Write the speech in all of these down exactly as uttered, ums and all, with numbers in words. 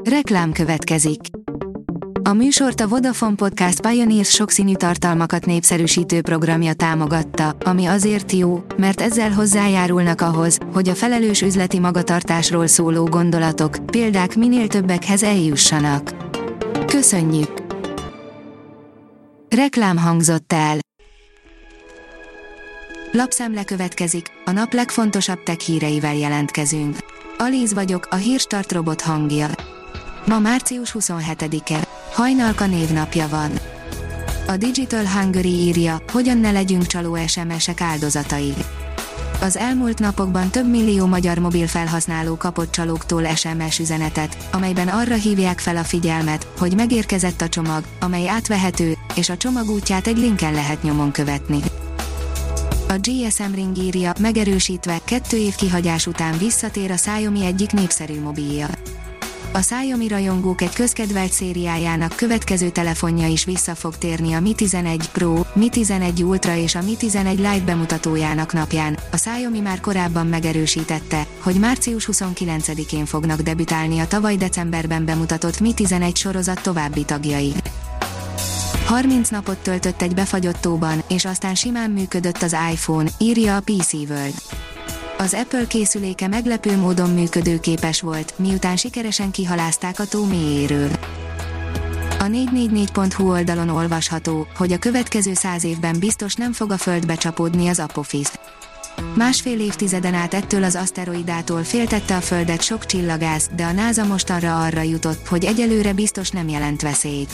Reklám következik. A műsort a Vodafone Podcast Pioneers sokszínű tartalmakat népszerűsítő programja támogatta, ami azért jó, mert ezzel hozzájárulnak ahhoz, hogy a felelős üzleti magatartásról szóló gondolatok, példák minél többekhez eljussanak. Köszönjük! Reklám hangzott el. Lapszemle következik, a nap legfontosabb tech híreivel jelentkezünk. Alíz vagyok, a Hírstart robot hangja. Ma március huszonhetedike, Hajnalka névnapja van. A Digital Hungary írja, hogyan ne legyünk csaló es em es-ek áldozatai. Az elmúlt napokban több millió magyar mobilfelhasználó kapott csalóktól es em es üzenetet, amelyben arra hívják fel a figyelmet, hogy megérkezett a csomag, amely átvehető, és a csomag útját egy linken lehet nyomon követni. A gé es em Ring írja, megerősítve, kettő év kihagyás után visszatér a Xiaomi egyik népszerű mobilja. A Xiaomi rajongók egy közkedvelt szériájának következő telefonja is vissza fog térni a Mi tizenegy Pro, Mi tizenegy Ultra és a Mi tizenegy Lite bemutatójának napján. A Xiaomi már korábban megerősítette, hogy március huszonkilencedikén fognak debütálni a tavaly decemberben bemutatott Mi tizenegy sorozat további tagjai. harminc napot töltött egy befagyott tóban, és aztán simán működött az iPhone, írja a pé cé World. Az Apple készüléke meglepő módon működőképes volt, miután sikeresen kihalázták a tó mélyéről. A négy négy négy pont hu oldalon olvasható, hogy a következő száz évben biztos nem fog a Földbe csapódni az Apophis. Másfél évtizeden át ettől az aszteroidától féltette a Földet sok csillagász, de a NASA mostanra arra jutott, hogy egyelőre biztos nem jelent veszélyt.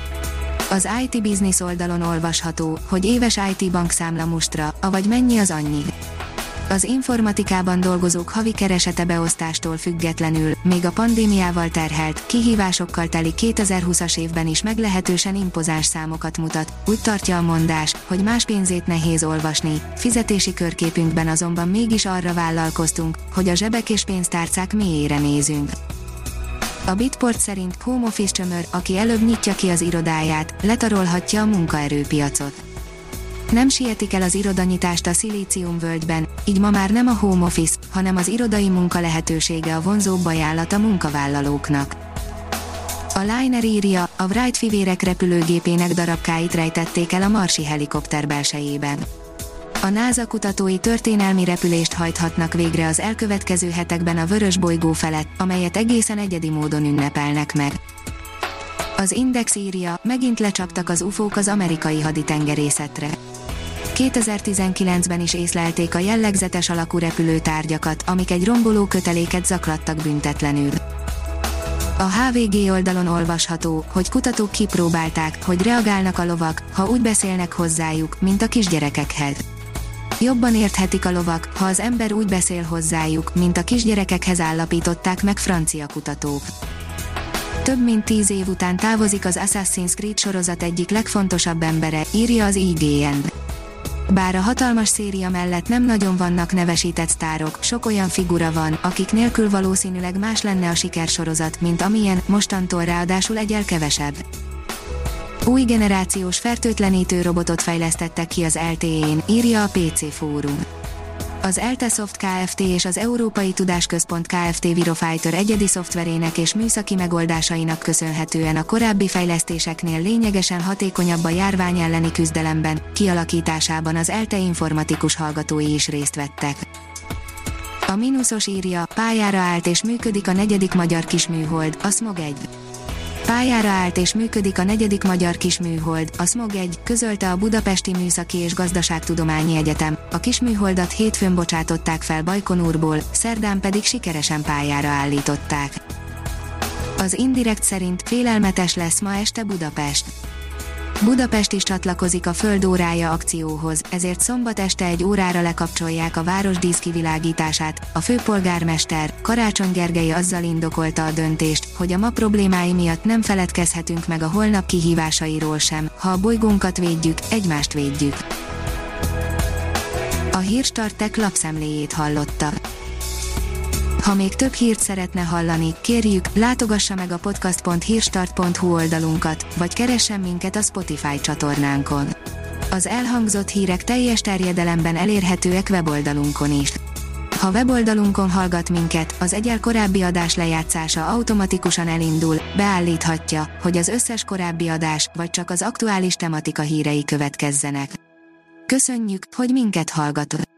Az i té Business oldalon olvasható, hogy éves i té bankszámla mustra, avagy mennyi az annyi. Az informatikában dolgozók havi keresete beosztástól függetlenül, még a pandémiával terhelt, kihívásokkal teli kétezer-húszas évben is meglehetősen impozáns számokat mutat, úgy tartja a mondás, hogy más pénzét nehéz olvasni, fizetési körképünkben azonban mégis arra vállalkoztunk, hogy a zsebek és pénztárcák mélyére nézünk. A Bitport szerint home office csömör, aki előbb nyitja ki az irodáját, letarolhatja a munkaerőpiacot. Nem sietik el az irodanyitást a szilíciumvölgyben, így ma már nem a home office, hanem az irodai munka lehetősége a vonzóbb ajánlat a munkavállalóknak. A Liner írja, a Wright fivérek repülőgépének darabkáit rejtették el a marsi helikopter belsejében. A NASA kutatói történelmi repülést hajthatnak végre az elkövetkező hetekben a vörös bolygó felett, amelyet egészen egyedi módon ünnepelnek meg. Az Index írja, megint lecsaptak az ufók az amerikai haditengerészetre. kétezer-tizenkilencben is észlelték a jellegzetes alakú repülőtárgyakat, amik egy romboló köteléket zaklattak büntetlenül. A há vé gé oldalon olvasható, hogy kutatók kipróbálták, hogy reagálnak a lovak, ha úgy beszélnek hozzájuk, mint a kisgyerekekhez. Jobban érthetik a lovak, ha az ember úgy beszél hozzájuk, mint a kisgyerekekhez, állapították meg francia kutatók. Több mint tíz év után távozik az Assassin's Creed sorozat egyik legfontosabb embere, írja az i gé en. Bár a hatalmas széria mellett nem nagyon vannak nevesített sztárok, sok olyan figura van, akik nélkül valószínűleg más lenne a sikersorozat, mint amilyen, mostantól ráadásul egyel kevesebb. Új generációs fertőtlenítő robotot fejlesztettek ki az el té é-n, írja a pé cé Fórum. Az Eltesoft Kft. És az Európai Tudásközpont Kft. Virofighter egyedi szoftverének és műszaki megoldásainak köszönhetően a korábbi fejlesztéseknél lényegesen hatékonyabb a járvány elleni küzdelemben, kialakításában az ELTE informatikus hallgatói is részt vettek. A Minusos írja, pályára állt és működik a negyedik magyar kisműhold, a Smog egy. Pályára állt és működik a negyedik magyar kisműhold, a Smog egy, közölte a Budapesti Műszaki és Gazdaságtudományi Egyetem. A kisműholdat hétfőn bocsátották fel Bajkonurból, szerdán pedig sikeresen pályára állították. Az Indirekt szerint félelmetes lesz ma este Budapest. Budapest is csatlakozik a Föld órája akcióhoz, ezért szombat este egy órára lekapcsolják a város díszkivilágítását. A főpolgármester, Karácsony Gergely azzal indokolta a döntést, hogy a ma problémái miatt nem feledkezhetünk meg a holnap kihívásairól sem, ha a bolygónkat védjük, egymást védjük. A Hírstart Tech lapszemléjét hallotta. Ha még több hírt szeretne hallani, kérjük, látogassa meg a podcast pont hírstart pont hu oldalunkat, vagy keressen minket a Spotify csatornánkon. Az elhangzott hírek teljes terjedelemben elérhetőek weboldalunkon is. Ha weboldalunkon hallgat minket, az egyel korábbi adás lejátszása automatikusan elindul, beállíthatja, hogy az összes korábbi adás, vagy csak az aktuális tematika hírei következzenek. Köszönjük, hogy minket hallgatod!